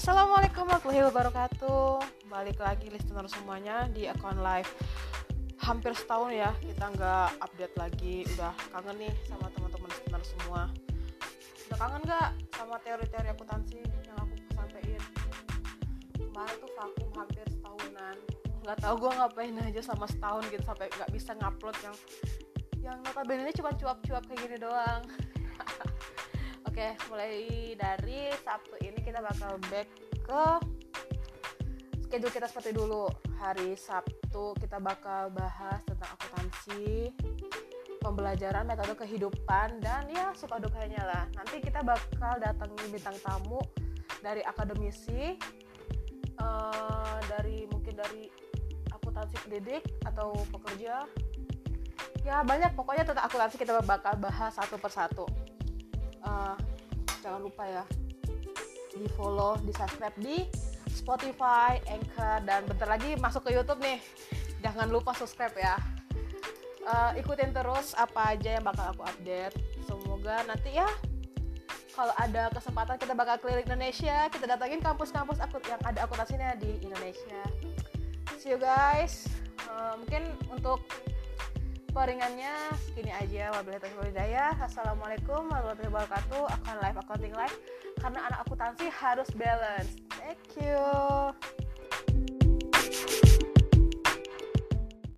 Assalamualaikum warahmatullahi wabarakatuh. Balik lagi listener semuanya di Account Live. Hampir setahun ya kita nggak update lagi. Udah kangen nih sama teman-teman listener semua. Udah kangen nggak sama teori-teori akuntansi yang aku sampaikan? Kemarin tuh vakum hampir setahunan. Nggak tahu gue ngapain aja sama setahun gitu sampai nggak bisa ngupload yang notabene cuma cuap-cuap kayak gini doang. Oke, mulai dari Sabtu ini kita bakal back ke schedule kita seperti dulu. Hari Sabtu kita bakal bahas tentang akuntansi, pembelajaran metode kehidupan, dan ya suka dukanya lah. Nanti kita bakal datangi bintang tamu dari akademisi, mungkin dari akuntansi pendidik atau pekerja. Ya banyak, pokoknya tentang akuntansi kita bakal bahas satu persatu. Jangan lupa ya di follow, di subscribe di Spotify, Anchor, dan bentar lagi masuk ke YouTube nih. Jangan lupa subscribe ya. Ikutin terus apa aja yang bakal aku update. Semoga nanti ya kalau ada kesempatan kita bakal keliling Indonesia, kita datangin kampus-kampus yang ada akuntansinya di Indonesia. See you guys. Mungkin untuk peringannya segini aja. Wabillahi taufiq wal hidayah. Assalamualaikum warahmatullahi wabarakatuh. Accounting live karena anak akuntansi harus balance. Thank you.